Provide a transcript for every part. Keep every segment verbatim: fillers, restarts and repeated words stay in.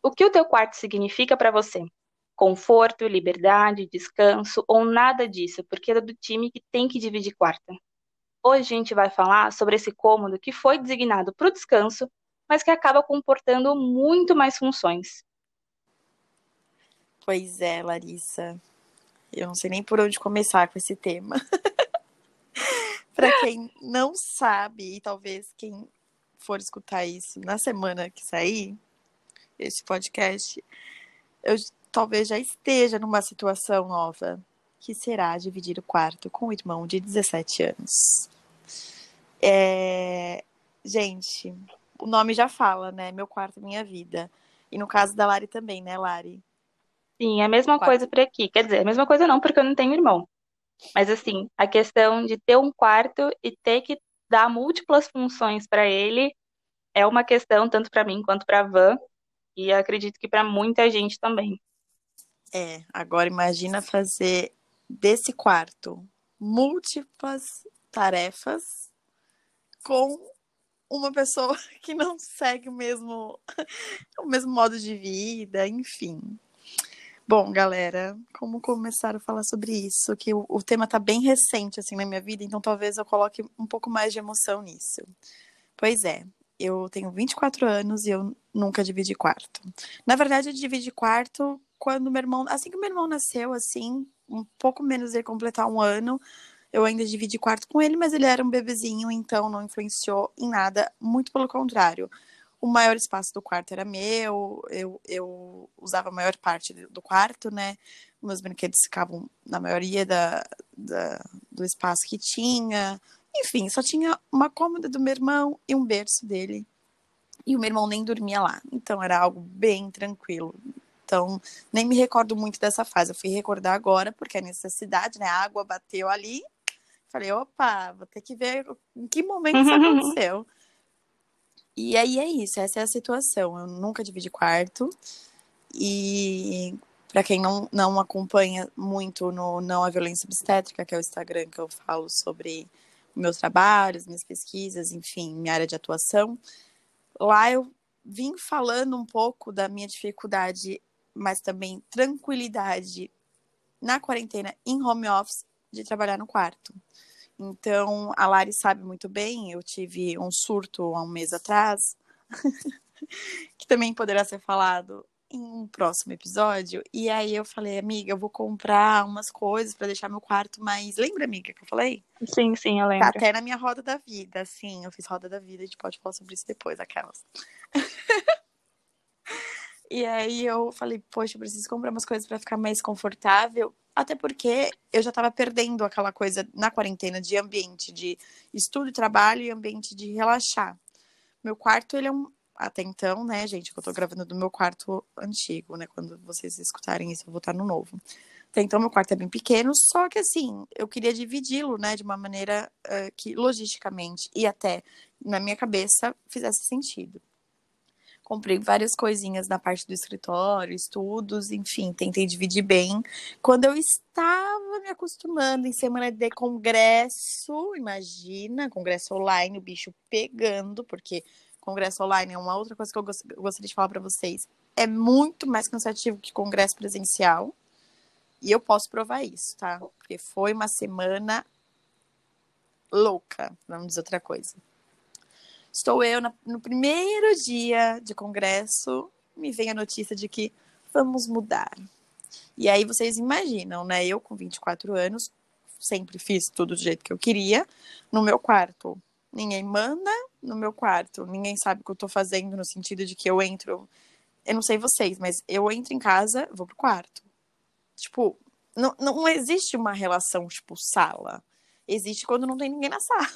O que o teu quarto significa para você? Conforto, liberdade, descanso ou nada disso, porque é do time que tem que dividir quarto. Hoje a gente vai falar sobre esse cômodo que foi designado para o descanso, mas que acaba comportando muito mais funções. Pois é, Larissa. Eu não sei nem por onde começar com esse tema. Para quem não sabe, e talvez quem for escutar isso na semana que sair, esse podcast, eu talvez já esteja numa situação nova, que será dividir o quarto com o irmão de dezessete anos. É... Gente, o nome já fala, né? Meu quarto, minha vida. E no caso da Lari também, né, Lari? Sim, é a mesma coisa Quarto. por aqui. Quer dizer, a mesma coisa não, porque eu não tenho irmão. Mas assim, a questão de ter um quarto e ter que dar múltiplas funções para ele é uma questão tanto para mim quanto para a Van, e acredito que para muita gente também. É, agora imagina fazer desse quarto múltiplas tarefas com uma pessoa que não segue o mesmo, o mesmo modo de vida, enfim. Bom, galera, como começar a falar sobre isso? Que o, o tema tá bem recente, assim, na minha vida, então talvez eu coloque um pouco mais de emoção nisso. Pois é, eu tenho vinte e quatro anos e eu nunca dividi quarto. Na verdade, eu dividi quarto quando meu irmão, assim que meu irmão nasceu, assim, um pouco menos de completar um ano, eu ainda dividi quarto com ele, mas ele era um bebezinho, então não influenciou em nada, muito pelo contrário. O maior espaço do quarto era meu, eu, eu usava a maior parte do quarto, né? Meus brinquedos ficavam na maioria da, da, do espaço que tinha. Enfim, só tinha uma cômoda do meu irmão e um berço dele. E o meu irmão nem dormia lá. Então era algo bem tranquilo. Então, nem me recordo muito dessa fase. Eu fui recordar agora, porque a necessidade, né? A água bateu ali. Falei, opa, vou ter que ver em que momento isso aconteceu. E aí é isso, essa é a situação. Eu nunca dividi quarto. E para quem não, não acompanha muito no Não a Violência Obstétrica, que é o Instagram que eu falo sobre meus trabalhos, minhas pesquisas, enfim, minha área de atuação, lá eu vim falando um pouco da minha dificuldade, mas também tranquilidade na quarentena em home office de trabalhar no quarto. Então, a Lari sabe muito bem, eu tive um surto há um mês atrás, que também poderá ser falado em um próximo episódio. E aí eu falei, amiga, eu vou comprar umas coisas para deixar meu quarto mais. Lembra, amiga, que eu falei? Sim, sim, eu Tá lembro. até na minha roda da vida, assim. Eu fiz roda da vida, a gente pode falar sobre isso depois, aquelas. E aí eu falei, poxa, eu preciso comprar umas coisas para ficar mais confortável. Até porque eu já tava perdendo aquela coisa na quarentena de ambiente de estudo e trabalho e ambiente de relaxar. Meu quarto, ele é um. Até então, né, gente, que eu tô gravando do meu quarto antigo, né? Quando vocês escutarem isso, eu vou estar no novo. Até então, meu quarto é bem pequeno, só que assim, eu queria dividi-lo, né, de uma maneira uh, que logisticamente e até na minha cabeça fizesse sentido. Comprei várias coisinhas na parte do escritório, estudos, enfim, tentei dividir bem. Quando eu estava me acostumando em semana de congresso, imagina, congresso online, o bicho pegando, porque congresso online é uma outra coisa que eu gostaria de falar para vocês. É muito mais cansativo que congresso presencial. E eu posso provar isso, tá? Porque foi uma semana louca, vamos dizer outra coisa. Estou eu na, no primeiro dia de congresso, me vem a notícia de que vamos mudar. E aí vocês imaginam, né? Eu com vinte e quatro anos, sempre fiz tudo do jeito que eu queria, no meu quarto. Ninguém manda no meu quarto, ninguém sabe o que eu tô fazendo, no sentido de que eu entro. Eu não sei vocês, mas eu entro em casa, vou pro quarto. Tipo, não, não existe uma relação, tipo, sala. Existe quando não tem ninguém na sala.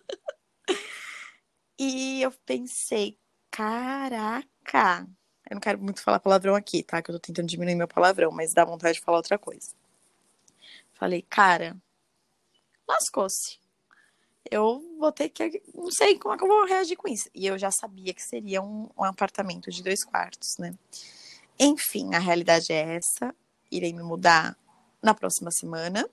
E eu pensei, caraca. Eu não quero muito falar palavrão aqui, tá? Que eu tô tentando diminuir meu palavrão, mas dá vontade de falar outra coisa. Falei, cara, lascou-se. Eu vou ter que. Não sei como é que eu vou reagir com isso. E eu já sabia que seria um, um apartamento de dois quartos, né? Enfim, a realidade é essa. Irei me mudar na próxima semana.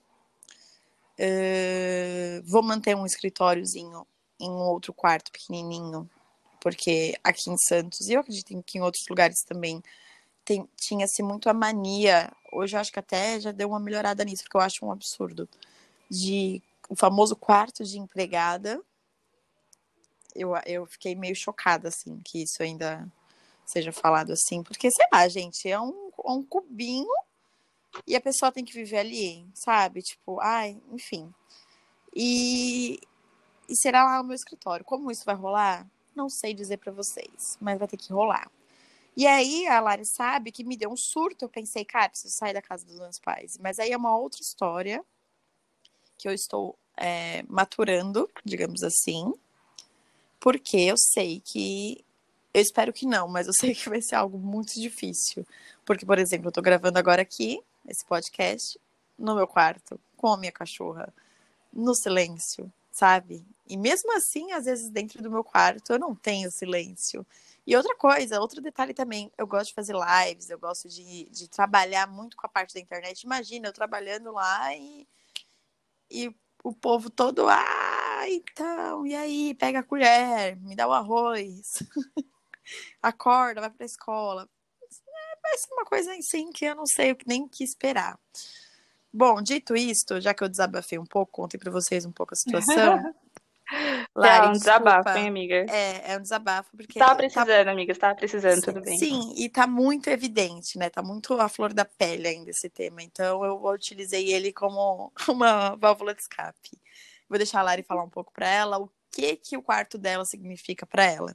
Uh, vou manter um escritóriozinho em um outro quarto pequenininho Porque aqui em Santos, e eu acredito que em outros lugares também, tem, tinha-se muito a mania, hoje eu acho que até já deu uma melhorada nisso, porque eu acho um absurdo, de o famoso quarto de empregada. Eu, eu fiquei meio chocada, assim, que isso ainda seja falado assim, porque, sei lá, gente, é um, é um cubinho e a pessoa tem que viver ali, sabe? Tipo, ai, enfim. E, e será lá o meu escritório. Como isso vai rolar? Não sei dizer pra vocês, mas vai ter que rolar. E aí a Lari sabe que me deu um surto. Eu pensei, cara, preciso sair da casa dos meus pais. Mas aí é uma outra história que eu estou é, maturando, digamos assim, porque eu sei que. Eu espero que não, mas eu sei que vai ser algo muito difícil. Porque, por exemplo, eu tô gravando agora aqui, esse podcast, no meu quarto, com a minha cachorra, no silêncio, sabe? E mesmo assim, às vezes, dentro do meu quarto, eu não tenho silêncio. E outra coisa, outro detalhe também, eu gosto de fazer lives, eu gosto de, de trabalhar muito com a parte da internet. Imagina, eu trabalhando lá e, e o povo todo, ah, então, e aí, pega a colher, me dá o arroz, acorda, vai pra escola. Vai ser uma coisa assim que eu não sei nem o que esperar. Bom, dito isto, já que eu desabafei um pouco, contei pra vocês um pouco a situação. Lari, Real, um desabafo, hein, desculpa. amiga? É, é um desabafo, Tava porque tá. precisando, amiga, estava precisando, tudo bem. Sim, e tá muito evidente, né? Tá muito à flor da pele ainda esse tema. Então eu utilizei ele como uma válvula de escape. Vou deixar a Lari falar um pouco pra ela o que que o quarto dela significa pra ela.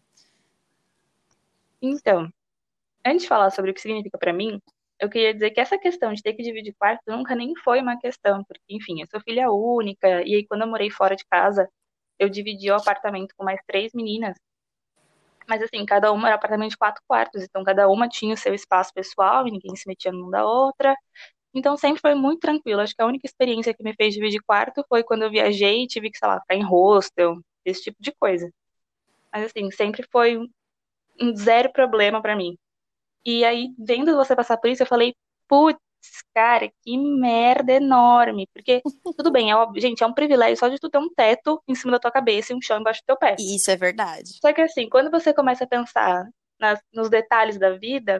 Então, antes de falar sobre o que significa pra mim, eu queria dizer que essa questão de ter que dividir quarto nunca nem foi uma questão, porque, enfim, eu sou filha única, e aí quando eu morei fora de casa, eu dividi o apartamento com mais três meninas, mas assim, cada uma era um apartamento de quatro quartos, então cada uma tinha o seu espaço pessoal e ninguém se metia numa da outra. Então sempre foi muito tranquilo. Acho que a única experiência que me fez dividir quarto foi quando eu viajei e tive que, sei lá, ficar em hostel, esse tipo de coisa. Mas assim, sempre foi um um zero problema pra mim. E aí, vendo você passar por isso, eu falei, putz, cara, que merda enorme. Porque, tudo bem, é óbvio, gente, é um privilégio só de tu ter um teto em cima da tua cabeça e um chão embaixo do teu pé. E isso é verdade. Só que assim, quando você começa a pensar nas- nos detalhes da vida,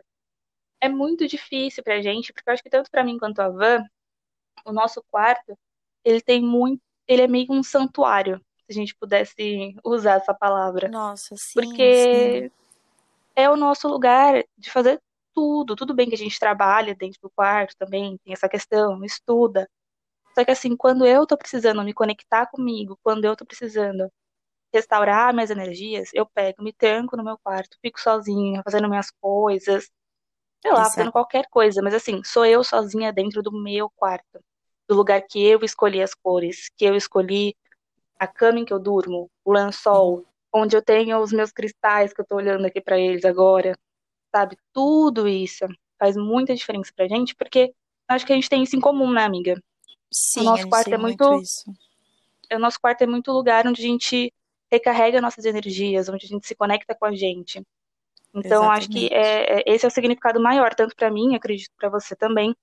é muito difícil pra gente, porque eu acho que tanto pra mim quanto a Van, o nosso quarto, ele tem muito, ele é meio um santuário, se a gente pudesse usar essa palavra. Nossa, sim, sim. Porque é o nosso lugar de fazer tudo. Tudo bem que a gente trabalha dentro do quarto também, tem essa questão, estuda. Só que assim, quando eu tô precisando me conectar comigo, quando eu tô precisando restaurar minhas energias, eu pego, me tranco no meu quarto, fico sozinha, fazendo minhas coisas, sei lá, fazendo Exato. qualquer coisa, mas assim, sou eu sozinha dentro do meu quarto, do lugar que eu escolhi as cores, que eu escolhi a cama em que eu durmo, o Sim. lençol, onde eu tenho os meus cristais que eu tô olhando aqui pra eles agora, sabe? Tudo isso faz muita diferença pra gente, porque acho que a gente tem isso em comum, né, amiga? O Sim, a nosso gente quarto tem é muito muito, isso. o nosso quarto é muito lugar onde a gente recarrega nossas energias, onde a gente se conecta com a gente. Então, acho que Exatamente. é, é- esse é o significado maior, tanto pra mim, acredito pra você também.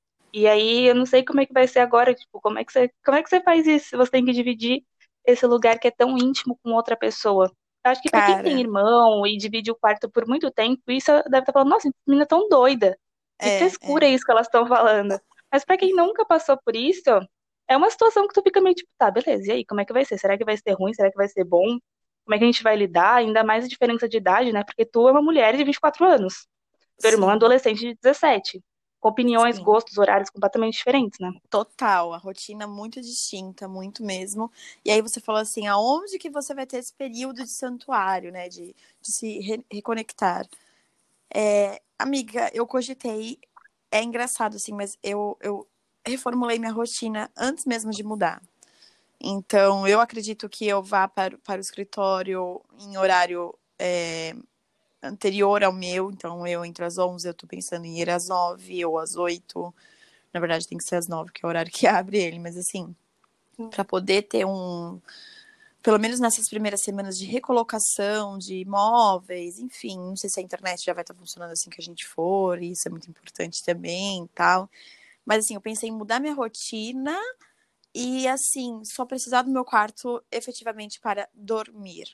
E aí, eu não sei como é que vai ser agora, tipo, como é que você, como é que você faz isso? Se você tem que dividir esse lugar que é tão íntimo com outra pessoa. Eu acho que pra quem tem Cara, irmão e divide o quarto por muito tempo, isso deve estar falando, nossa, essa menina é tão doida. Que é, frescura é é. isso que elas estão falando. Mas pra quem nunca passou por isso, é uma situação que tu fica meio tipo, tá, beleza, e aí, como é que vai ser? Será que vai ser ruim? Será que vai ser bom? Como é que a gente vai lidar? Ainda mais a diferença de idade, né? Porque tu é uma mulher de vinte e quatro anos. Teu irmão é Sim, adolescente de dezessete. Com opiniões, sim. gostos, horários completamente diferentes, né? Total, a rotina muito distinta, muito mesmo. E aí você falou assim, aonde que você vai ter esse período de santuário, né? De, de se re- reconectar. É, amiga, eu cogitei, é engraçado assim, mas eu, eu reformulei minha rotina antes mesmo de mudar. Então, eu acredito que eu vá para, para o escritório em horário é, anterior ao meu. Então, eu entro às onze, eu tô pensando em ir às nove ou às oito. Na verdade, tem que ser às nove, que é o horário que abre ele. Mas, assim, para poder ter um... Pelo menos nessas primeiras semanas de recolocação de imóveis, enfim. Não sei se a internet já vai estar funcionando assim que a gente for. E isso é muito importante também e tal. Mas, assim, eu pensei em mudar minha rotina e, assim, só precisar do meu quarto efetivamente para dormir.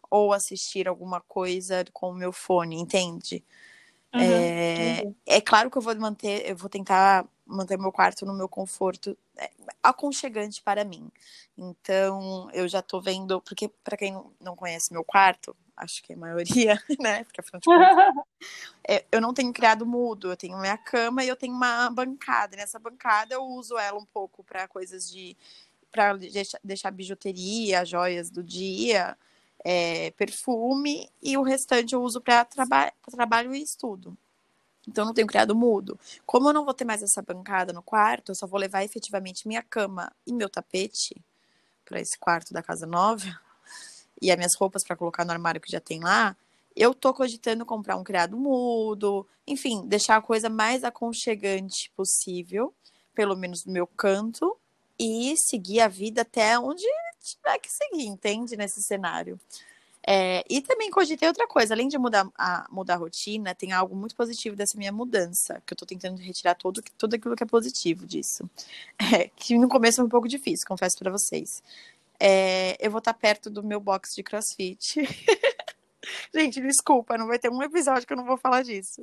ou assistir alguma coisa com o meu fone, entende? Uhum, É, entendi. é claro que eu vou manter, eu vou tentar manter meu quarto no meu conforto é, aconchegante para mim. Então, eu já tô vendo, porque para quem não conhece meu quarto, acho que é a maioria, né? Porque afinal de contas, é, eu não tenho criado mudo, eu tenho minha cama e eu tenho uma bancada. Nessa bancada eu uso ela um pouco para coisas de para deixar, deixar bijuteria, joias do dia, é, perfume, e o restante eu uso para traba trabalho e estudo. Então, eu não tenho criado mudo. Como eu não vou ter mais essa bancada no quarto, eu só vou levar efetivamente minha cama e meu tapete para esse quarto da casa nova e as minhas roupas para colocar no armário que já tem lá. Eu tô cogitando comprar um criado mudo, enfim, deixar a coisa mais aconchegante possível, pelo menos no meu canto, e seguir a vida até onde tiver que seguir, entende? Nesse cenário. É, e também cogitei outra coisa, além de mudar a, mudar a rotina, tem algo muito positivo dessa minha mudança, que eu tô tentando retirar tudo, tudo aquilo que é positivo disso. É, que no começo foi um pouco difícil, confesso pra vocês. É, eu vou estar perto do meu box de CrossFit. Gente, desculpa, não vai ter um episódio que eu não vou falar disso.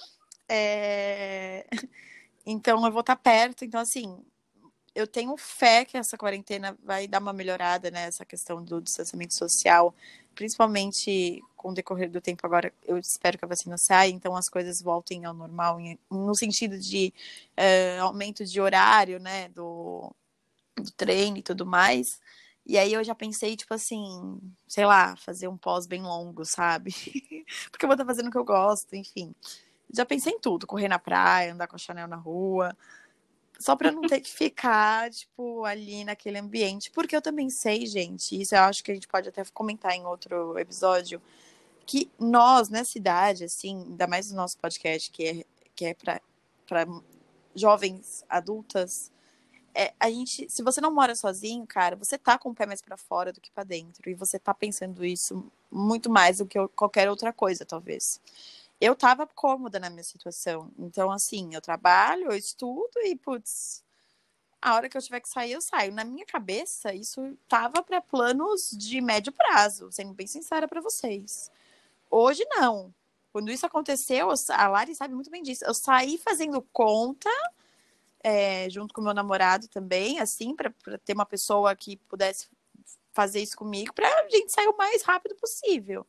É, então eu vou estar perto, então assim, eu tenho fé que essa quarentena vai dar uma melhorada nessa questão do distanciamento social, principalmente com o decorrer do tempo agora. Eu espero que a vacina saia, então as coisas voltem ao normal, no sentido de uh, aumento de horário, né, do, do treino e tudo mais. E aí eu já pensei, tipo assim, sei lá, fazer um pós bem longo, sabe? Porque eu vou estar fazendo o que eu gosto, enfim. Já pensei em tudo, correr na praia, andar com a Chanel na rua, só para não ter que ficar, tipo, ali naquele ambiente. Porque eu também sei, gente, isso eu acho que a gente pode até comentar em outro episódio, que nós, nessa idade, assim, ainda mais no nosso podcast, que é, que é para jovens adultas, é, a gente, se você não mora sozinho, cara, você tá com o pé mais para fora do que para dentro. E você tá pensando isso muito mais do que qualquer outra coisa, talvez. Eu tava cômoda na minha situação. Então, assim, eu trabalho, eu estudo e, putz, a hora que eu tiver que sair, eu saio. Na minha cabeça, isso tava para planos de médio prazo, sendo bem sincera para vocês. Hoje, não. Quando isso aconteceu, a Lari sabe muito bem disso. Eu saí fazendo conta, é, junto com o meu namorado também, assim, para ter uma pessoa que pudesse fazer isso comigo, pra gente sair o mais rápido possível.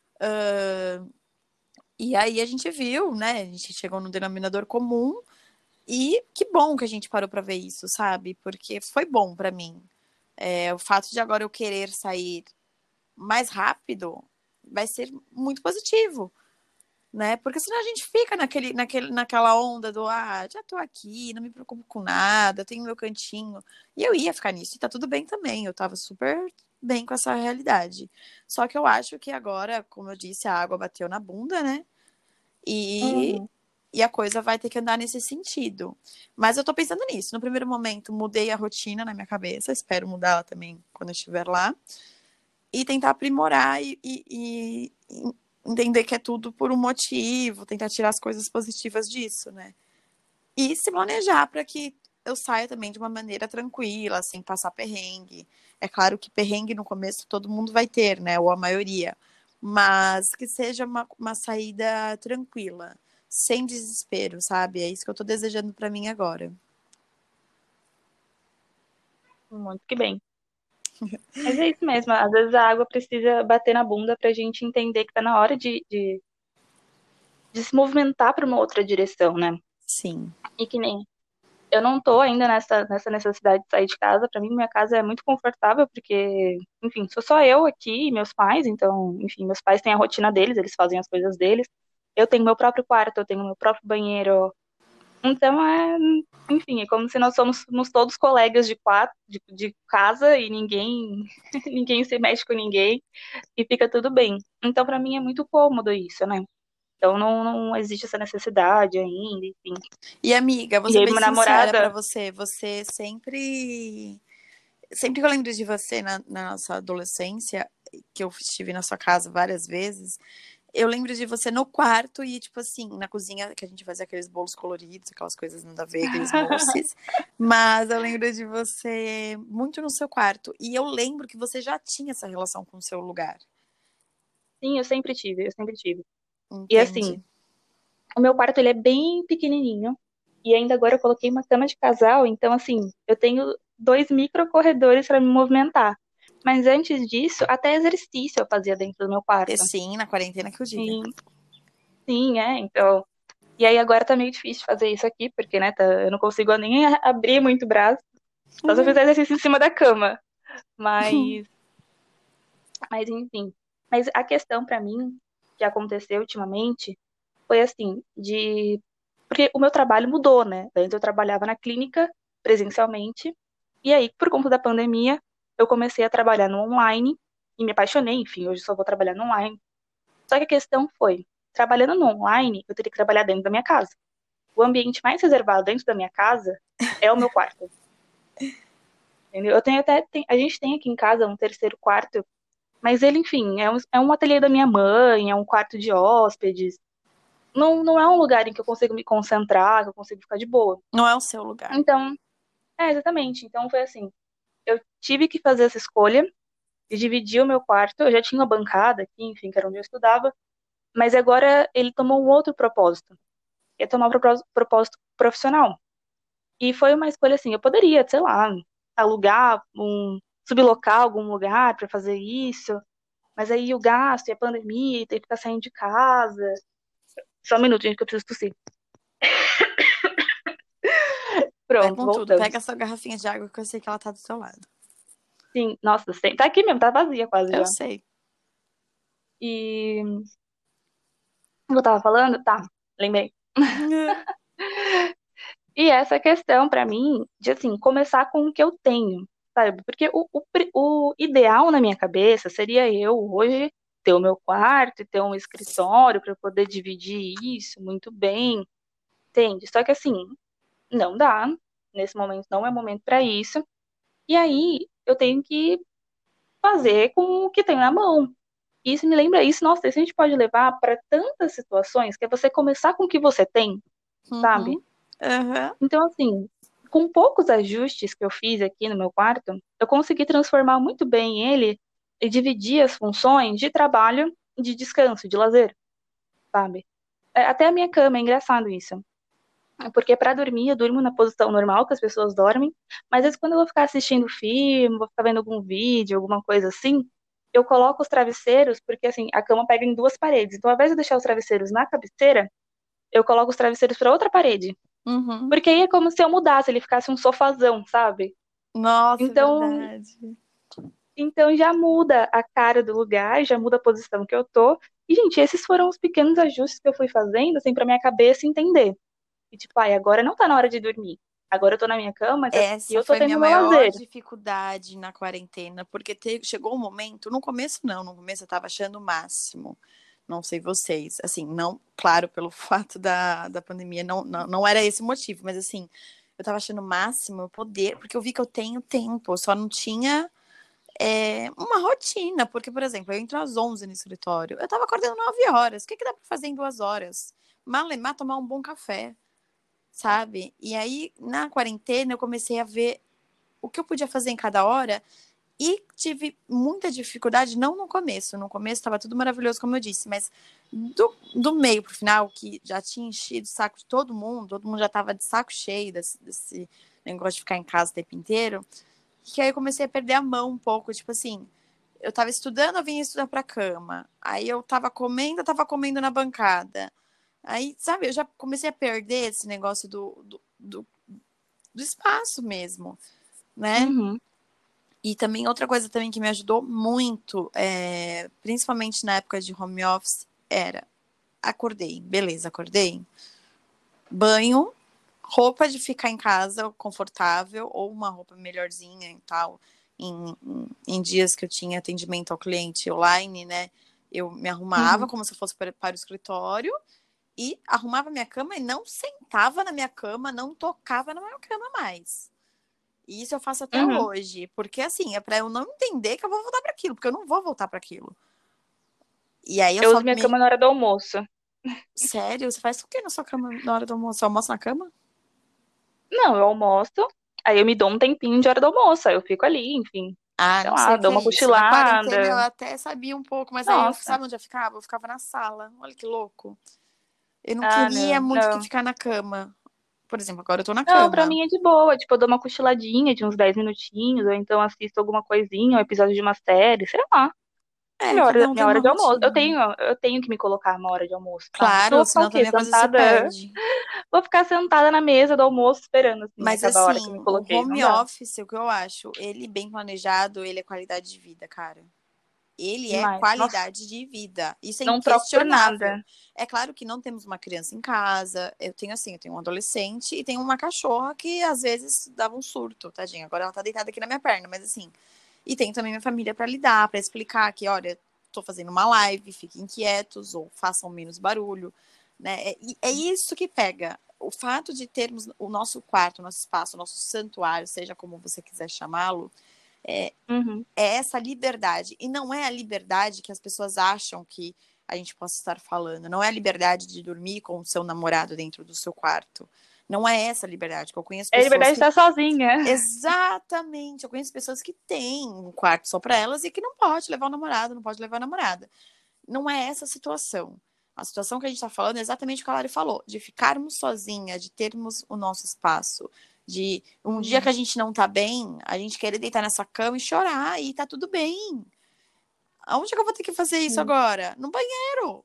Uh, e aí a gente viu, né? A gente chegou no denominador comum. E que bom que a gente parou para ver isso, sabe? Porque foi bom para mim. É, o fato de agora eu querer sair mais rápido vai ser muito positivo, né? Porque senão a gente fica naquele, naquele, naquela onda do ah, já tô aqui, não me preocupo com nada, tenho meu cantinho. E eu ia ficar nisso, e tá tudo bem também. Eu tava super bem com essa realidade. Só que eu acho que agora, como eu disse, a água bateu na bunda, né? E, Uhum. e a coisa vai ter que andar nesse sentido. Mas eu tô pensando nisso. No primeiro momento, mudei a rotina na minha cabeça. Espero mudá-la também quando eu estiver lá. E tentar aprimorar e, e, e entender que é tudo por um motivo. Tentar tirar as coisas positivas disso, né? E se planejar para que eu saia também de uma maneira tranquila, sem passar perrengue. É claro que perrengue no começo todo mundo vai ter, né? Ou a maioria. Mas que seja uma, uma saída tranquila, sem desespero, sabe? É isso que eu tô desejando para mim agora. Muito que bem. Mas é isso mesmo, às vezes a água precisa bater na bunda pra gente entender que tá na hora de, de, de se movimentar para uma outra direção, né? Sim, E que nem eu não tô ainda nessa, nessa necessidade de sair de casa. Pra mim, minha casa é muito confortável, porque, enfim, sou só eu aqui e meus pais, então, enfim, meus pais têm a rotina deles, eles fazem as coisas deles. Eu tenho meu próprio quarto, eu tenho meu próprio banheiro. Então, é, enfim, é como se nós somos, somos todos colegas de quatro, de, de casa e ninguém, ninguém se mexe com ninguém e fica tudo bem. Então, pra mim é muito cômodo isso, né? Então, não, não existe essa necessidade ainda, enfim. e amiga, vou E ser aí, bem minha sincera para namorada. você, você sempre, sempre que eu lembro de você na, na nossa adolescência, que eu estive na sua casa várias vezes, eu lembro de você no quarto e, tipo assim, na cozinha, que a gente fazia aqueles bolos coloridos, aquelas coisas nada a ver, aqueles mousses. Mas eu lembro de você muito no seu quarto. E eu lembro que você já tinha essa relação com o seu lugar. Sim, eu sempre tive, eu sempre tive. E assim, Entendi. o meu quarto ele é bem pequenininho. E ainda agora eu coloquei uma cama de casal, então assim, eu tenho dois micro corredores para me movimentar. Mas antes disso, até exercício eu fazia dentro do meu E quarto. sim, na quarentena que eu diga. Sim, sim, é. Então, e aí agora tá meio difícil fazer isso aqui, porque, né, tá, eu não consigo nem a- abrir muito o braço, só se eu fizer exercício em cima da cama. Mas, mas enfim. Mas a questão pra mim, que aconteceu ultimamente, foi assim, de... Porque o meu trabalho mudou, né? Antes eu trabalhava na clínica, presencialmente, e aí, por conta da pandemia, eu comecei a trabalhar no online, e me apaixonei, enfim, hoje só vou trabalhar no online. Só que a questão foi, trabalhando no online, eu teria que trabalhar dentro da minha casa. O ambiente mais reservado dentro da minha casa é o meu quarto. Entendeu? Eu tenho até, tem- a gente tem aqui em casa um terceiro quarto, mas ele, enfim, é um, é um ateliê da minha mãe, é um quarto de hóspedes. Não, não é um lugar em que eu consigo me concentrar, que eu consigo ficar de boa. Não é o seu lugar. Então, é, exatamente. Então foi assim, eu tive que fazer essa escolha de dividir o meu quarto. Eu já tinha uma bancada aqui, enfim, que era onde eu estudava, mas agora ele tomou um outro propósito. Ia tomar um propós- propósito profissional. E foi uma escolha assim, eu poderia, sei lá, alugar um, sublocar algum lugar para fazer isso, mas aí o gasto e a pandemia, e ter que ficar saindo de casa. Só um minuto, gente, que eu preciso tossir. Vai Pronto, com tudo. voltamos. Pega essa garrafinha de água que eu sei que ela tá do seu lado. Sim, nossa, sei- tá aqui mesmo, tá vazia quase Eu já. sei. E o que eu tava falando? Tá, lembrei. E essa questão pra mim de assim, começar com o que eu tenho, sabe? Porque o, o, pri- o ideal na minha cabeça seria eu hoje ter o meu quarto e ter um escritório para poder dividir isso muito bem, entende? Só que assim, não dá. Nesse momento não é momento para isso. E aí eu tenho que fazer com o que tenho na mão. E isso me lembra isso, nossa, isso a gente pode levar para tantas situações, que é você começar com o que você tem, sabe? Uhum. Aham. Então, assim, com poucos ajustes que eu fiz aqui no meu quarto, eu consegui transformar muito bem ele e dividir as funções de trabalho, de descanso, de lazer, sabe? É, até a minha cama, é engraçado isso. Porque para dormir, eu durmo na posição normal que as pessoas dormem, mas às vezes quando eu vou ficar assistindo filme, vou ficar vendo algum vídeo, alguma coisa assim, eu coloco os travesseiros, porque assim, a cama pega em duas paredes. Então, ao invés de eu deixar os travesseiros na cabeceira, eu coloco os travesseiros para outra parede. Uhum. Porque aí é como se eu mudasse, ele ficasse um sofazão, sabe? Nossa, é Então, verdade. então já muda a cara do lugar, já muda a posição que eu tô. E, gente, esses foram os pequenos ajustes que eu fui fazendo, assim, pra minha cabeça entender. E, tipo, ai, agora não tá na hora de dormir. Agora eu tô na minha cama então, e Essa eu tô foi minha tendo meu maior lazer. dificuldade na quarentena, porque te- chegou um momento, no começo não, no começo eu tava achando o máximo. Não sei vocês, assim, não, claro, pelo fato da, da pandemia, não, não, não era esse o motivo, mas assim, eu tava achando o máximo eu poder, porque eu vi que eu tenho tempo, eu só não tinha é, uma rotina, porque, por exemplo, eu entro às onze no escritório, eu tava acordando nove horas, o que que dá pra fazer em duas horas? Malemar tomar um bom café, sabe? E aí, na quarentena, eu comecei a ver o que eu podia fazer em cada hora e tive muita dificuldade, não no começo. No começo estava tudo maravilhoso, como eu disse, mas do, do meio pro final, que já tinha enchido o saco de todo mundo, todo mundo já estava de saco cheio desse, desse negócio de ficar em casa o tempo inteiro, que aí eu comecei a perder a mão um pouco, tipo assim, eu tava estudando, eu vinha estudar pra cama. Aí eu tava comendo, eu tava comendo na bancada. Aí, sabe, eu já comecei a perder esse negócio do, do, do, do espaço mesmo, né? Uhum, E também outra coisa também que me ajudou muito, é, principalmente na época de home office, era acordei, beleza, acordei, banho, roupa de ficar em casa confortável ou uma roupa melhorzinha e tal. Em, em, em dias que eu tinha atendimento ao cliente online, né? Eu me arrumava uhum. como se fosse para, para o escritório e arrumava minha cama e não sentava na minha cama, não tocava na minha cama mais. E isso eu faço até Uhum. hoje, porque assim, é para eu não entender que eu vou voltar para aquilo, porque eu não vou voltar para aquilo. E aí eu Eu só uso minha me. cama na hora do almoço. Sério? Você faz o que na sua cama na hora do almoço? Você almoça na cama? Não, eu almoço, aí eu me dou um tempinho de hora do almoço, aí eu fico ali, enfim. Ah, Sei não sei lá, o que dou é uma isso. Na quarentena eu cochilada. até sabia um pouco, mas aí eu, Nossa. sabe onde eu ficava? Eu ficava na sala. Olha que louco. Eu não Ah, queria não, muito que não. ficar na cama. Por exemplo, agora eu tô na Não, pra cama. mim é de boa. Tipo, eu dou uma cochiladinha de uns dez minutinhos, ou então assisto alguma coisinha, um episódio de uma série, sei lá. É, Minha hora, cada um tem minha uma hora de almoço. Eu rotina. tenho, eu tenho que me colocar uma hora de almoço, sabe? Senão eu Claro, vou ficar o senão quê? também a coisa se Sentada. perde. Vou ficar sentada na mesa do almoço esperando, assim, Mas acabar a hora que eu assim, me o coloquei. Não home dá. office, o que eu acho, ele bem planejado, ele é qualidade de vida, cara. Ele é Demais. Nossa, qualidade de vida. Isso é não troco por inquestionável. nada. É claro que não temos uma criança em casa. Eu tenho assim, eu tenho um adolescente e tenho uma cachorra que às vezes dava um surto, tadinha. Agora ela tá deitada aqui na minha perna, mas assim. E tenho também minha família para lidar, para explicar que, olha, tô fazendo uma live, fiquem quietos ou façam menos barulho, né? É, é isso que pega. O fato de termos o nosso quarto, o nosso espaço, o nosso santuário, seja como você quiser chamá-lo, é, Uhum. é essa liberdade. E não é a liberdade que as pessoas acham que a gente possa estar falando. Não é a liberdade de dormir com o seu namorado dentro do seu quarto. Não é essa a liberdade, que eu conheço É a pessoas liberdade de que. estar sozinha. Exatamente, eu conheço pessoas que têm um quarto só para elas e que não pode levar o namorado, não pode levar a namorada. Não é essa a situação. A situação que a gente está falando é exatamente o que a Lari falou, de ficarmos sozinhas, de termos o nosso espaço, de um dia que Uhum. a gente não tá bem, a gente querer deitar nessa cama e chorar, e tá tudo bem. Aonde que eu vou ter que fazer isso Sim. agora? No banheiro.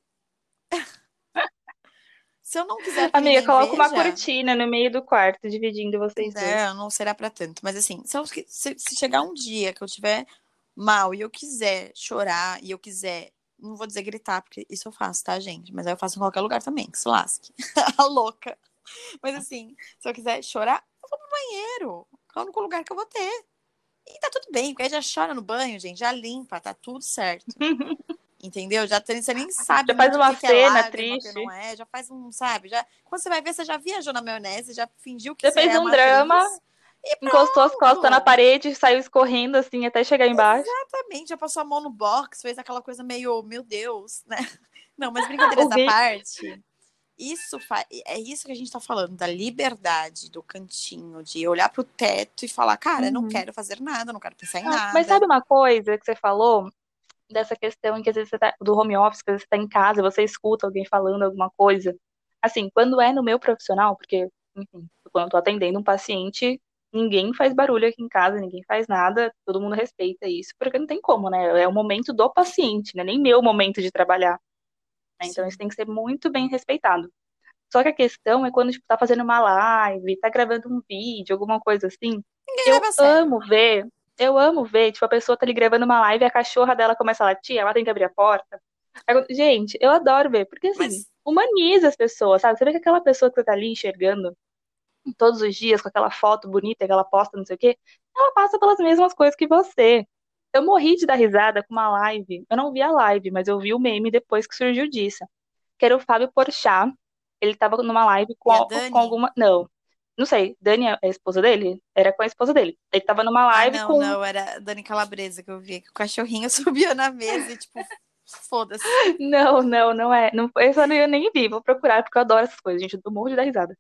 Se eu não quiser que Amiga, ninguém coloca uma veja, cortina no meio do quarto, dividindo vocês dois. não, não será para tanto. Mas assim, se, eu, se, se chegar um dia que eu tiver mal e eu quiser chorar e eu quiser, não vou dizer gritar, porque isso eu faço, tá, gente? Mas aí eu faço em qualquer lugar também, que se lasque. A louca. Mas assim, se eu quiser chorar, eu vou pro banheiro. É o único lugar que eu vou ter. E tá tudo bem, porque aí já chora no banho, gente, já limpa, tá tudo certo. Entendeu? Já tem, você nem sabe Já faz muito o uma que, que é cena lágrima, o que não triste. é. Já faz um, sabe? Já, quando você vai ver, você já viajou na maionese, já fingiu que Você você fez é um uma drama, atriz. E encostou as costas na pronto! parede e saiu escorrendo assim até chegar embaixo. Exatamente, já passou a mão no box, fez aquela coisa meio, meu Deus, né? Não, mas brincadeiras O à vi... parte, isso fa... é isso que a gente tá falando, da liberdade, do cantinho, de olhar pro teto e falar, cara, não Uhum. quero fazer nada, não quero pensar em Não, mas nada. sabe uma coisa que você falou dessa questão em que às vezes você tá, do home office, que às vezes você tá em casa, você escuta alguém falando alguma coisa. Assim, quando é no meu profissional, porque, enfim, quando eu tô atendendo um paciente, ninguém faz barulho aqui em casa, ninguém faz nada, todo mundo respeita isso, porque não tem como, né? É o momento do paciente, né? Nem meu momento de trabalhar, né? Então isso Sim. tem que ser muito bem respeitado. Só que a questão é quando, tipo, tá fazendo uma live, tá gravando um vídeo, alguma coisa assim. Ninguém leva Eu a sério. amo ver, eu amo ver, tipo, a pessoa tá ali gravando uma live e a cachorra dela começa a latir, ela tem que abrir a porta. Aí eu- Gente, eu adoro ver, porque assim, Mas, humaniza as pessoas, sabe? Você vê que aquela pessoa que você tá ali enxergando todos os dias, com aquela foto bonita que ela posta, não sei o quê, ela passa pelas mesmas coisas que você. Eu morri de dar risada com uma live. Eu não vi a live, mas eu vi o meme depois que surgiu disso, que era o Fábio Porchat. Ele tava numa live com, e a al- com Dani? alguma. Não, não sei. Dani é a esposa dele? Era com a esposa dele. Ele tava numa Ah, live não, com. não, era a Dani Calabresa que eu vi, que o cachorrinho subia na mesa e, tipo, foda-se. Não, não, não é. Não, esse eu nem nem vi. Vou procurar, porque eu adoro essas coisas, gente. Eu morro de dar risada.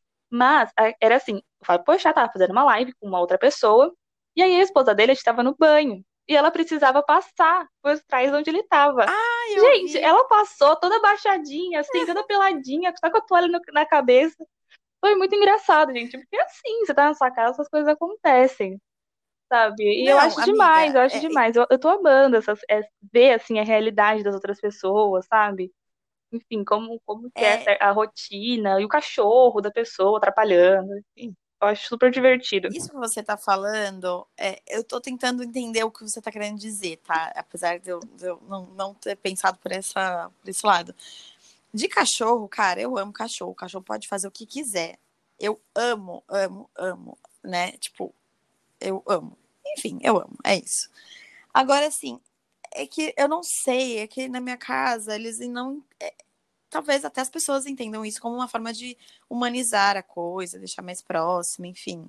Mas a- era assim: o Fábio Porchat tava fazendo uma live com uma outra pessoa. E aí a esposa dele estava no banho. E ela precisava passar por trás onde ele tava. Ah, eu Gente, vi. ela passou toda baixadinha, assim, toda peladinha, só com a toalha no- na cabeça. Foi muito engraçado, gente, porque assim, você tá na sua casa, essas coisas acontecem, sabe? E eu Não, acho demais, amiga, eu acho é, demais. Eu, eu tô amando essas, é, ver, assim, a realidade das outras pessoas, sabe? Enfim, como, como que é é, a rotina, e o cachorro da pessoa atrapalhando, enfim. Eu acho super divertido. isso que você tá falando, é, eu tô tentando entender o que você tá querendo dizer, tá? Apesar de eu, de eu não, não ter pensado por, essa, por esse lado. De cachorro, cara, eu amo cachorro. O cachorro pode fazer o que quiser. Eu amo, amo, amo, né? Tipo, eu amo. Enfim, eu amo, é isso. Agora, assim, é que eu não sei, é que na minha casa eles não. É, talvez até as pessoas entendam isso como uma forma de humanizar a coisa, deixar mais próxima, enfim.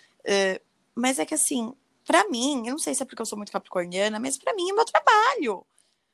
É, mas é que assim, pra mim, eu não sei se é porque eu sou muito capricorniana, mas pra mim é meu trabalho.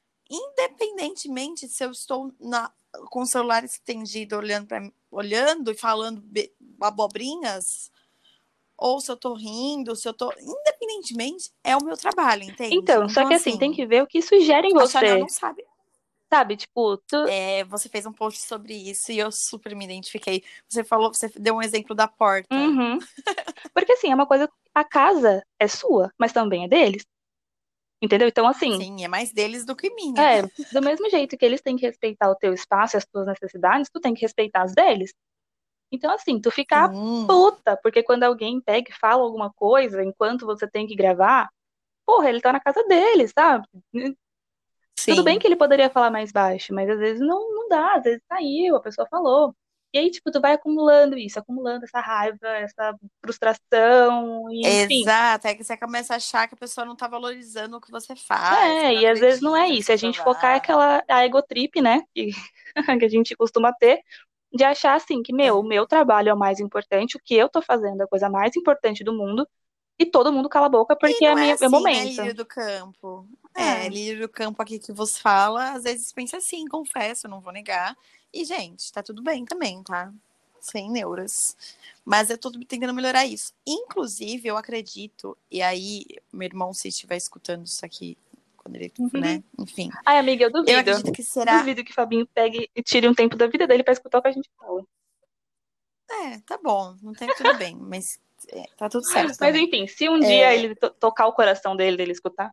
Independentemente se eu estou na, com o celular estendido olhando, pra, olhando e falando be- abobrinhas, ou se eu tô rindo, se eu tô... Independentemente, é o meu trabalho, entende? Então, só Então, que assim, tem assim, que ver o que isso gera em a Chanel você. não sabe. Sabe, tipo, tu... É, você fez um post sobre isso e eu super me identifiquei. Você falou, você deu um exemplo da porta. Uhum. Porque assim, é uma coisa, a casa é sua, mas também é deles. Entendeu? Então, assim, Sim, é mais deles do que minha. é, do mesmo jeito que eles têm que respeitar o teu espaço e as tuas necessidades, tu tem que respeitar as deles. Então, assim, tu ficar Sim, puta, porque quando alguém pega e fala alguma coisa enquanto você tem que gravar, porra, ele tá na casa dele, sabe? Tudo bem sim. que ele poderia falar mais baixo, mas às vezes não, não dá, às vezes saiu, a pessoa falou. E aí, tipo, tu vai acumulando isso, acumulando essa raiva, essa frustração, e, enfim. Exato, é que você começa a achar que a pessoa não tá valorizando o que você faz, que É, não e às vezes não é acredita que isso. você A gente focar é trabalha. aquela a ego trip, né? Que, que a gente costuma ter, de achar assim que, meu, o É. meu trabalho é o mais importante, o que eu tô fazendo é a coisa mais importante do mundo, e todo mundo cala a boca E porque é não é minha, meu assim, né, momento. Lírio do Campo? É, É, Lírio do Campo aqui que vos fala, às vezes pensa assim, confesso, não vou negar. E, gente, tá tudo bem também, tá? Sem neuras. Mas eu tô tentando melhorar isso. Inclusive, eu acredito, e aí, meu irmão, se estiver escutando isso aqui, quando ele, né, enfim, ai, amiga, eu eu duvido. acredito que será. Duvido que o Fabinho pegue e tire um tempo da vida dele pra escutar o que a gente fala. É, tá bom, não tem tudo bem, mas é, tá tudo certo Mas também. enfim, se um dia É, ele to- tocar o coração dele, dele escutar.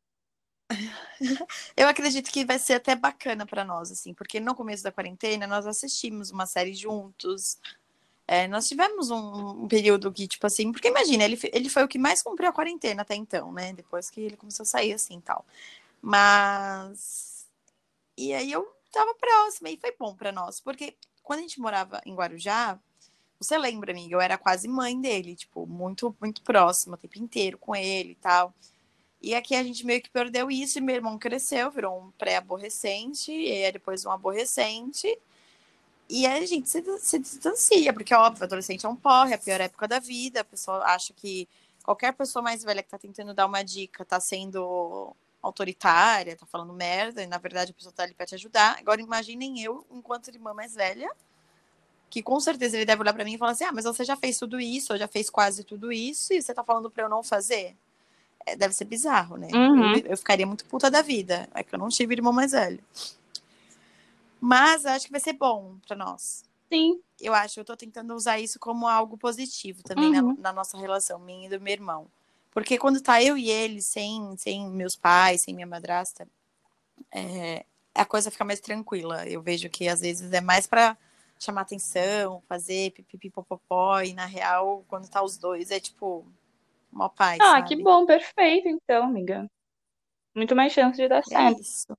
eu acredito que vai ser até bacana pra nós, assim, porque no começo da quarentena nós assistimos uma série juntos. É, nós tivemos um, um período que, tipo assim, porque imagina, ele, ele foi o que mais cumpriu a quarentena até então, né? Depois que ele começou a sair assim e tal. Mas. E aí eu tava próxima e foi bom pra nós, porque quando a gente morava em Guarujá, você lembra, amiga, eu era quase mãe dele, tipo, muito, muito próxima o tempo inteiro com ele e tal. E aqui a gente meio que perdeu isso, e meu irmão cresceu, virou um pré-aborrecente, e aí depois um aborrecente. E aí a gente se, se distancia, porque, óbvio, adolescente é um porre, é a pior época da vida, a pessoa acha que qualquer pessoa mais velha que tá tentando dar uma dica tá sendo autoritária, tá falando merda, e na verdade a pessoa tá ali pra te ajudar. Agora imaginem eu, enquanto irmã mais velha, que com certeza ele deve olhar pra mim e falar assim, ah, mas você já fez tudo isso, ou já fez quase tudo isso, e você tá falando pra eu não fazer? É, deve ser bizarro, né? Eu, Uhum, eu ficaria muito puta da vida. É que eu não tive irmão mais velho. Mas acho que vai ser bom pra nós. sim. Eu acho, eu tô tentando usar isso como algo positivo também na, Uhum. na nossa relação, minha e do meu irmão. Porque quando tá eu e ele, sem, sem meus pais, sem minha madrasta, é, a coisa fica mais tranquila. Eu vejo que às vezes é mais pra chamar atenção, fazer pipipipopopó, e na real, quando tá os dois, é tipo, mó paz, Ah, que sabe? bom, perfeito, então, amiga. Muito mais chance de dar É certo. isso.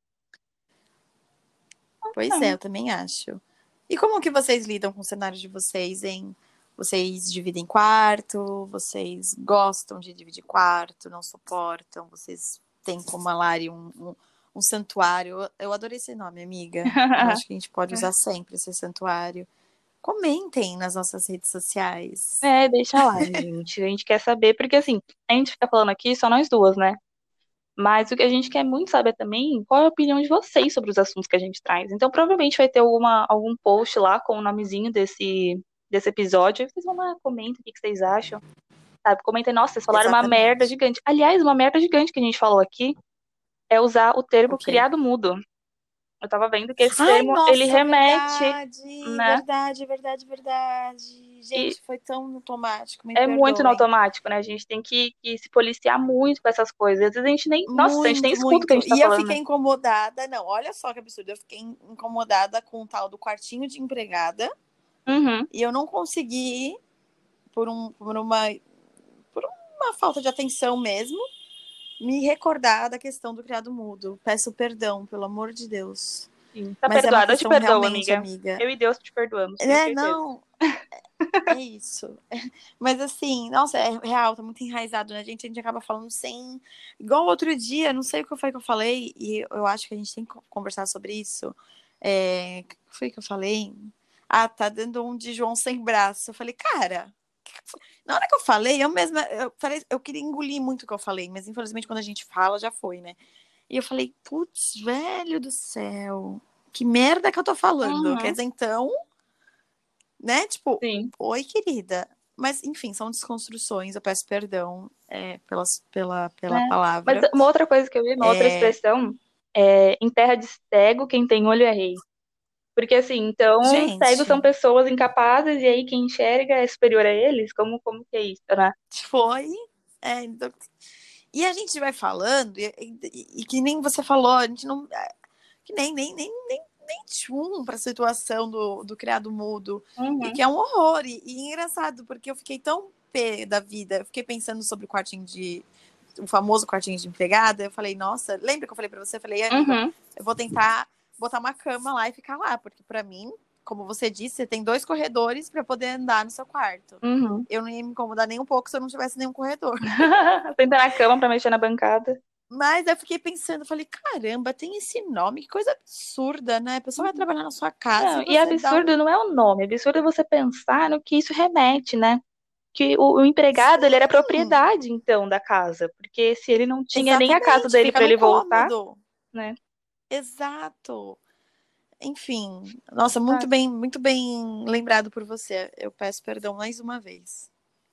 Pois é, Ah, eu também acho. E como que vocês lidam com o cenário de vocês, hein? Vocês dividem quarto? Vocês gostam de dividir quarto? Não suportam? Vocês têm como a Lari um, um, um santuário? Eu, eu adorei esse nome, amiga. Eu acho que a gente pode usar sempre esse santuário. Comentem nas nossas redes sociais. é, deixa lá, gente. A gente quer saber, porque assim, a gente fica falando aqui só nós duas, né? Mas o que a gente quer muito saber também, qual é a opinião de vocês sobre os assuntos que a gente traz. Então, provavelmente vai ter alguma, algum post lá com o nomezinho desse, desse episódio. Aí vocês vão lá, comentem o que que vocês acham. Sabe? Comentem, nossa, vocês falaram uma merda Exatamente. gigante. Aliás, uma merda gigante que a gente falou aqui é usar o termo Ok. criado mudo. Eu tava vendo que esse Ai, termo, ele nossa, remete, verdade, né? verdade, verdade, verdade. E Gente, foi tão automático, me é muito no perdoem. automático, né? A gente tem que, que se policiar muito com essas coisas. Às vezes a gente nem. Nossa, a gente nem Muito, escuta o que a muito. gente tá E eu falando, né? fiquei incomodada. Não, olha só que absurdo. Eu fiquei incomodada com o tal do quartinho de empregada. Uhum. E eu não consegui, por, um, por, uma, por uma falta de atenção mesmo, me recordar da questão do criado mudo. Peço perdão, pelo amor de Deus. Sim. Tá Mas é uma perdoada, eu te questão perdoo, realmente, amiga. amiga. Eu e Deus te perdoamos, tenho É, certeza. não, é isso. Mas assim, nossa, é real, tá muito enraizado, né? A gente, a gente acaba falando sem. Igual outro dia, não sei o que foi que eu falei, e eu acho que a gente tem que conversar sobre isso. É... O que foi que eu falei? Ah, tá dando um de João sem braço. Eu falei, cara, que que foi? Na hora que eu falei, eu mesma, eu falei, eu queria engolir muito o que eu falei, mas infelizmente quando a gente fala, já foi, né? E eu falei, putz, velho do céu, que merda que eu tô falando. Quer Uhum. dizer, então, né? Tipo, Sim. oi, querida. Mas, enfim, são desconstruções. Eu peço perdão é, pelas, pela, pela né? Mas palavra. uma outra coisa que eu vi, uma outra É, expressão, é em terra de cego, quem tem olho é rei. Porque assim, então, cegos são gente, pessoas incapazes e aí quem enxerga é superior a eles? Como, como que é isso, né? foi. É, então, e a gente vai falando, e, e, e que nem você falou, a gente não. Que nem, nem, nem, nem, nem tchum pra situação do, do criado mudo. E Uhum, que é um horror. E, e engraçado, porque eu fiquei tão pé da vida, eu fiquei pensando sobre o quartinho de. O famoso quartinho de empregada. Eu falei, nossa, lembra que eu falei pra você? Eu falei, amiga, uhum, eu vou tentar botar uma cama lá e ficar lá, porque pra mim, como você disse, você tem dois corredores pra poder andar no seu quarto. uhum. Eu não ia me incomodar nem um pouco se eu não tivesse nenhum corredor. Senta na cama pra mexer na bancada. Mas eu fiquei pensando, falei, caramba, tem esse nome, que coisa absurda, né? A pessoa vai Uhum. trabalhar na sua casa Não, e e você dá um. absurdo não é o nome, absurdo é você pensar no que isso remete, né? Que o, o empregado, ele era Sim, propriedade, então, da casa. Porque se ele não tinha nem a casa exatamente, dele fica pra no ele voltar, cômodo. né? Exato. Enfim, nossa, muito Mas, bem, muito bem lembrado por você. Eu peço perdão mais uma vez.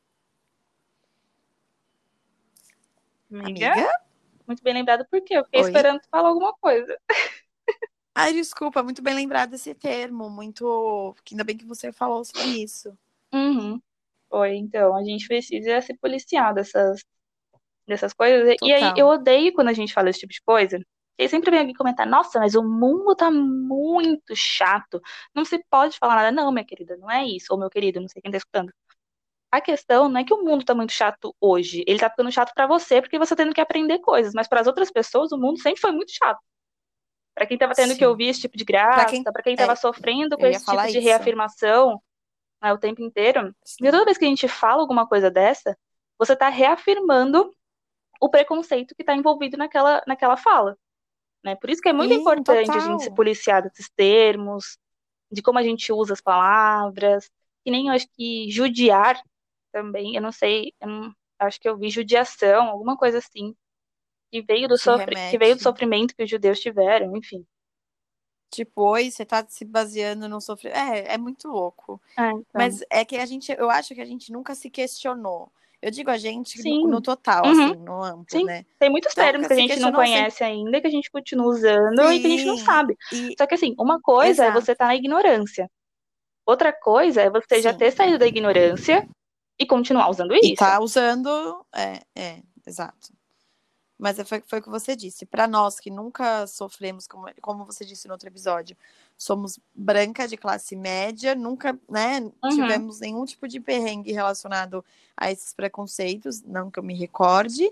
amiga, Amiga? muito bem lembrado, porque eu fiquei Oi? esperando tu falar alguma coisa. Ai, desculpa, muito bem lembrado esse termo, muito. Ainda bem que você falou sobre isso. Uhum. Foi, então, a gente precisa se policiar dessas, dessas coisas. E aí, eu Total. odeio quando a gente fala esse tipo de coisa. E aí sempre vem alguém comentar, nossa, mas o mundo tá muito chato. Não se pode falar nada. Não, minha querida, não é isso. Ou meu querido, não sei quem tá escutando. A questão não é que o mundo tá muito chato hoje. Ele tá ficando chato pra você porque você tá tendo que aprender coisas. Mas para as outras pessoas, o mundo sempre foi muito chato. Pra quem tava tendo que Sim. ouvir esse tipo de Pra graça, quem. pra quem tava É, sofrendo com eu ia esse tipo falar de isso. reafirmação, né, o tempo inteiro. E Sim. toda vez que a gente fala alguma coisa dessa, você tá reafirmando o preconceito que está envolvido naquela, naquela fala, né? Por isso que é muito Sim, importante a gente se total. policiar desses termos, de como a gente usa as palavras, que nem eu acho que judiar também, eu não sei, eu não, acho que eu vi judiação, alguma coisa assim, que veio do Que sofre, que veio do remete. sofrimento que os judeus tiveram, enfim. Tipo, oi, você tá se baseando no sofrimento. É, é muito louco. É, então, Mas é que a gente, eu acho que a gente nunca se questionou. Eu digo a gente no, no sim, total, uhum, assim, no amplo, sim. né? Tem muitos Então termos nunca que a se gente não questionou sempre. conhece ainda, que a gente continua usando e que a gente não Sim, sabe. e Só que assim, uma coisa é você exato. estar na ignorância. Outra coisa é você já ter Sim. saído da ignorância e continuar usando E isso. tá usando. É, é, exato. Mas é- foi, foi o que você disse. Para nós que nunca sofremos, como, como você disse no outro episódio, somos branca de classe média, nunca, né, Uhum, tivemos nenhum tipo de perrengue relacionado a esses preconceitos, não que eu me recorde.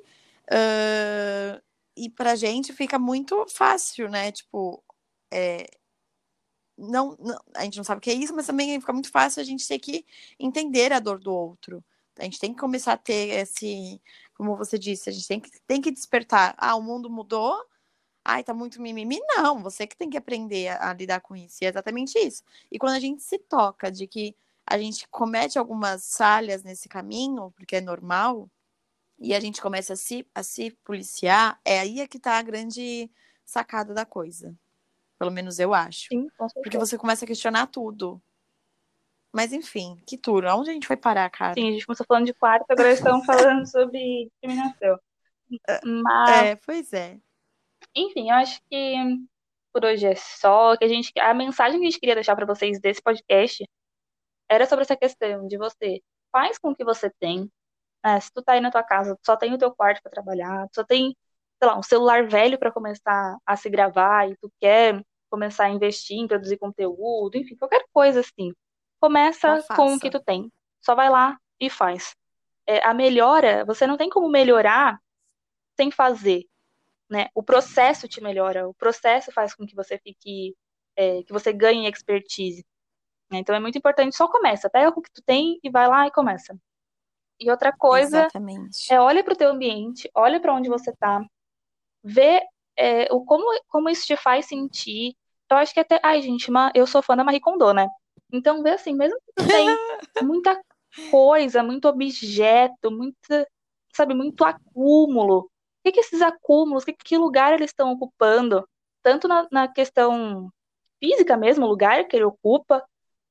Uh, e pra gente fica muito fácil, né? Tipo, é, não, não, a gente não sabe o que é isso, mas também fica muito fácil a gente ter que entender a dor do outro. A gente tem que começar a ter esse, como você disse, a gente tem que, tem que despertar. Ah, o mundo mudou, ai, tá muito mimimi. Não, você que tem que aprender a, a lidar com isso. E é exatamente isso. E quando a gente se toca de que a gente comete algumas falhas nesse caminho, porque é normal, e a gente começa a se, a se policiar, é aí é que tá a grande sacada da coisa. Pelo menos eu acho. sim, com Porque certeza. você começa a questionar tudo. Mas enfim, que tour. Aonde a gente foi parar, cara? Sim, a gente começou falando de quarto, agora estamos falando sobre discriminação. Mas, É, pois é. enfim, eu acho que por hoje é só. Que a gente, a mensagem que a gente queria deixar para vocês desse podcast era sobre essa questão de você faz com o que você tem. Né? Se tu tá aí na tua casa, tu só tem o teu quarto para trabalhar, tu só tem, sei lá, um celular velho para começar a se gravar e tu quer começar a investir em produzir conteúdo, enfim, qualquer coisa assim. Só Começa com o que faça. tu tem. Só vai lá e faz. É, a melhora, você não tem como melhorar sem fazer, né? O processo te melhora, o processo faz com que você fique, é, que você ganhe expertise. Né? Então é muito importante, só começa, pega o que tu tem e vai lá e começa. E outra coisa Exatamente. é olha para o teu ambiente, olha para onde você tá, vê é, o como, como isso te faz sentir. Eu acho que até, ai gente, ma- eu sou fã da Marie Kondo, né? Então vê assim, mesmo que tu tem muita coisa, muito objeto, muita, sabe, muito acúmulo. O que que esses acúmulos, que, que lugar eles estão ocupando? Tanto na, na questão física mesmo, o lugar que ele ocupa,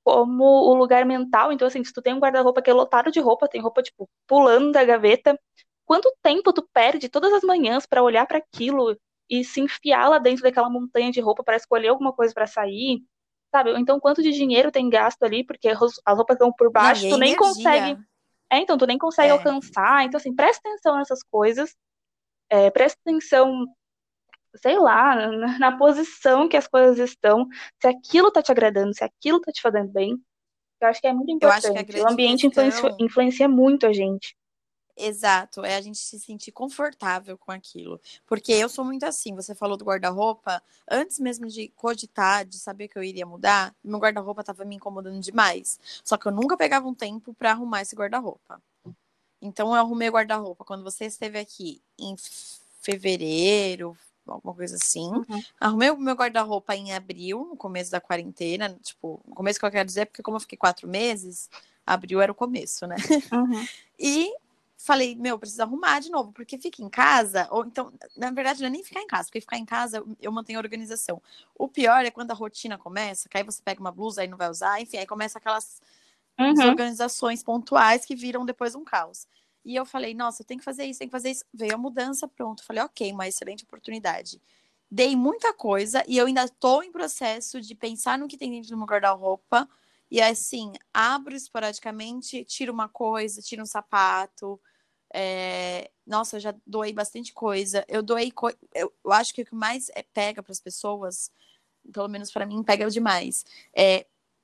como o lugar mental. Então, assim, se tu tem um guarda-roupa que é lotado de roupa, tem roupa, tipo, pulando da gaveta, quanto tempo tu perde todas as manhãs pra olhar pra aquilo e se enfiar lá dentro daquela montanha de roupa pra escolher alguma coisa pra sair, sabe? Ou então, quanto de dinheiro tem gasto ali, porque as as roupas estão por Não, e baixo, a tu nem consegue. energia. É, então, tu nem consegue É, alcançar. Então, assim, presta atenção nessas coisas, é, presta atenção, sei lá, na, na posição que as coisas estão, se aquilo tá te agradando, se aquilo tá te fazendo bem. Eu acho que é muito eu acho que a importante. O grande ambiente influencia, questão, influencia muito a gente. exato, é a gente se sentir confortável com aquilo. Porque eu sou muito assim, você falou do guarda-roupa, antes mesmo de cogitar, de saber que eu iria mudar, meu guarda-roupa tava me incomodando demais. Só que eu nunca pegava um tempo pra arrumar esse guarda-roupa. Então eu arrumei o guarda-roupa quando você esteve aqui em fevereiro, alguma coisa assim. Uhum, Arrumei o meu guarda-roupa em abril, no começo da quarentena. Tipo, no começo que eu quero dizer, porque como eu fiquei quatro meses, abril era o começo, né? uhum, E falei, meu, preciso arrumar de novo, porque fica em casa, ou então, na verdade, não é nem ficar em casa, porque ficar em casa eu, eu mantenho a organização. O pior é quando a rotina começa, que aí você pega uma blusa, aí não vai usar, enfim, aí começa aquelas uhum. desorganizações pontuais que viram depois um caos. E eu falei, nossa, eu tenho que fazer isso, tenho que fazer isso. Veio a mudança, pronto. Falei, ok, uma excelente oportunidade. Dei muita coisa e eu ainda estou em processo de pensar no que tem dentro do meu guarda-roupa. E assim, abro esporadicamente, tiro uma coisa, tiro um sapato. É... Nossa, eu já doei bastante coisa. Eu doei. Co... Eu, eu acho que o que mais é, pega para as pessoas, pelo menos para mim, pega demais. É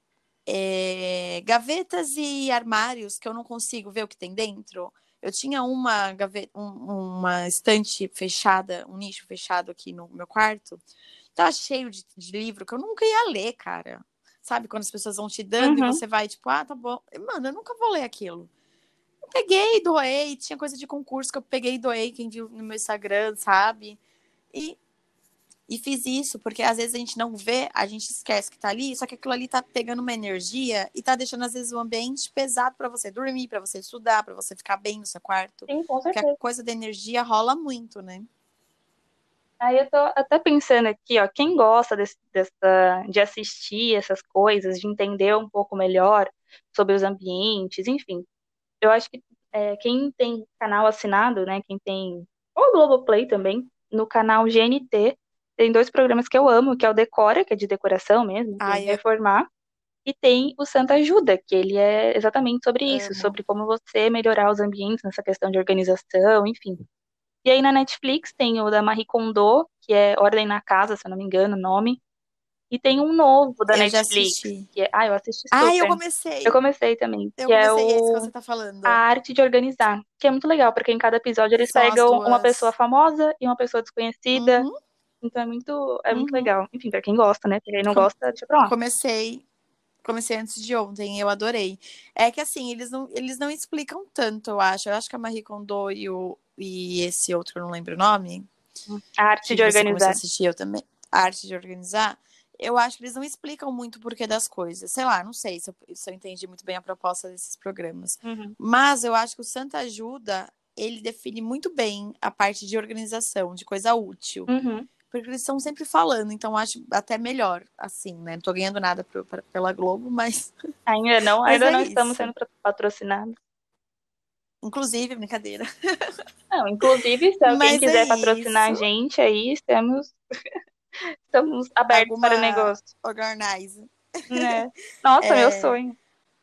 é, gavetas e armários que eu não consigo ver o que tem dentro. Eu tinha uma gaveta, um, uma estante fechada, um nicho fechado aqui no meu quarto. Tá cheio de, de livro que eu nunca ia ler, cara. Sabe, quando as pessoas vão te dando e Uhum. você vai, tipo, ah, tá bom. Mano, eu nunca vou ler aquilo. Eu peguei, doei, tinha coisa de concurso que eu peguei e doei, quem viu no meu Instagram, sabe? E e fiz isso, porque às vezes a gente não vê, a gente esquece que tá ali, só que aquilo ali tá pegando uma energia e tá deixando, às vezes, o ambiente pesado para você dormir, para você estudar, para você ficar bem no seu quarto. Sim, com Porque a certeza. coisa da energia rola muito, né? Aí eu tô até pensando aqui, ó, quem gosta desse, dessa, de assistir essas coisas, de entender um pouco melhor sobre os ambientes, enfim, eu acho que é, quem tem canal assinado, né, quem tem, ou Globoplay também, no canal G N T, tem dois programas que eu amo, que é o Decora, que é de decoração mesmo, de Ai, eu reformar, e tem o Santa Ajuda, que ele é exatamente sobre isso, amo. sobre como você melhorar os ambientes nessa questão de organização, enfim. E aí na Netflix tem o da Marie Kondo, que é Ordem na Casa, se eu não me engano o nome. E tem um novo da Eu já Netflix, assisti. que é... Ah, eu assisti Ai, eu super. Eu comecei. comecei também, Eu que é comecei esse que o você tá A falando. Arte de Organizar, que é muito legal, porque em cada episódio eles São as pegam uma pessoa duas. famosa e uma pessoa desconhecida, Uhum, então é muito, é muito uhum. legal. Enfim, pra quem gosta, né? Pra quem não Com- gosta, deixa pra lá. comecei. Comecei antes de ontem, eu adorei. É que assim, eles não, eles não explicam tanto, eu acho. Eu acho que a Marie Kondo e, o, e esse outro, eu não lembro o nome, A Arte que de você começou a Organizar. assistir, eu também, a arte de organizar, eu acho que eles não explicam muito o porquê das coisas. Sei lá, não sei se eu, se eu entendi muito bem a proposta desses programas. Uhum, Mas eu acho que o Santa Ajuda, ele define muito bem a parte de organização, de coisa útil. uhum. Porque eles estão sempre falando, então eu acho até melhor, assim, né? Não tô ganhando nada pro, pra, pela Globo, mas, Ainda não, mas ainda é não estamos isso. sendo patrocinados. Inclusive, brincadeira. Não, inclusive, se alguém Mas é quiser patrocinar a isso. gente, aí estamos, estamos abertos para Alguma negócio, organize. né? Nossa, meu É, sonho.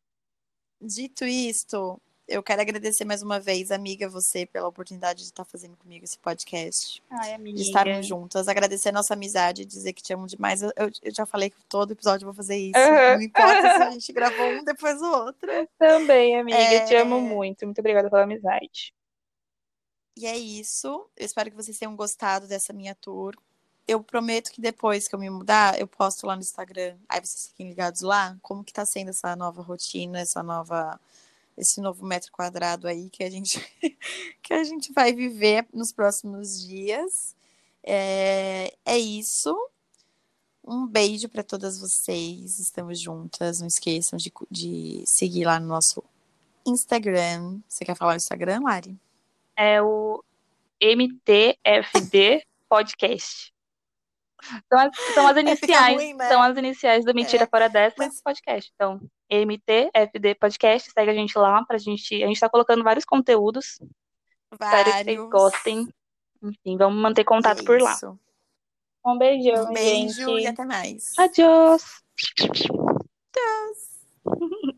dito isto, eu quero agradecer mais uma vez, amiga, você, pela oportunidade de estar fazendo comigo esse podcast. Ai, De estarmos amiga. juntas, agradecer a nossa amizade, dizer que te amo demais. Eu, eu, eu já falei que todo episódio eu vou fazer isso. Aham. Não importa se a gente gravou um depois do outro. Também, amiga, te amo É, muito. Muito obrigada pela amizade. e é isso. Eu espero que vocês tenham gostado dessa minha tour. Eu prometo que depois que eu me mudar, eu posto lá no Instagram. Aí vocês fiquem ligados lá, como que tá sendo essa nova rotina, essa nova, esse novo metro quadrado aí que a gente, que a gente vai viver nos próximos dias. É, é isso. Um beijo para todas vocês. Estamos juntas. Não esqueçam de, de seguir lá no nosso Instagram. Você quer falar o Instagram, Lari? É o M T F D Podcast. São as, são as Aí fica iniciais, ruim, são né? as iniciais do Mentira É, Fora Dessa mas podcast. Então, M T F D Podcast, segue a gente lá pra gente. A gente tá colocando vários conteúdos. Espero que vocês gostem. vários. Enfim, vamos manter E é contato por lá. isso. Um Um beijão, beijo e gente. até mais. Adiós.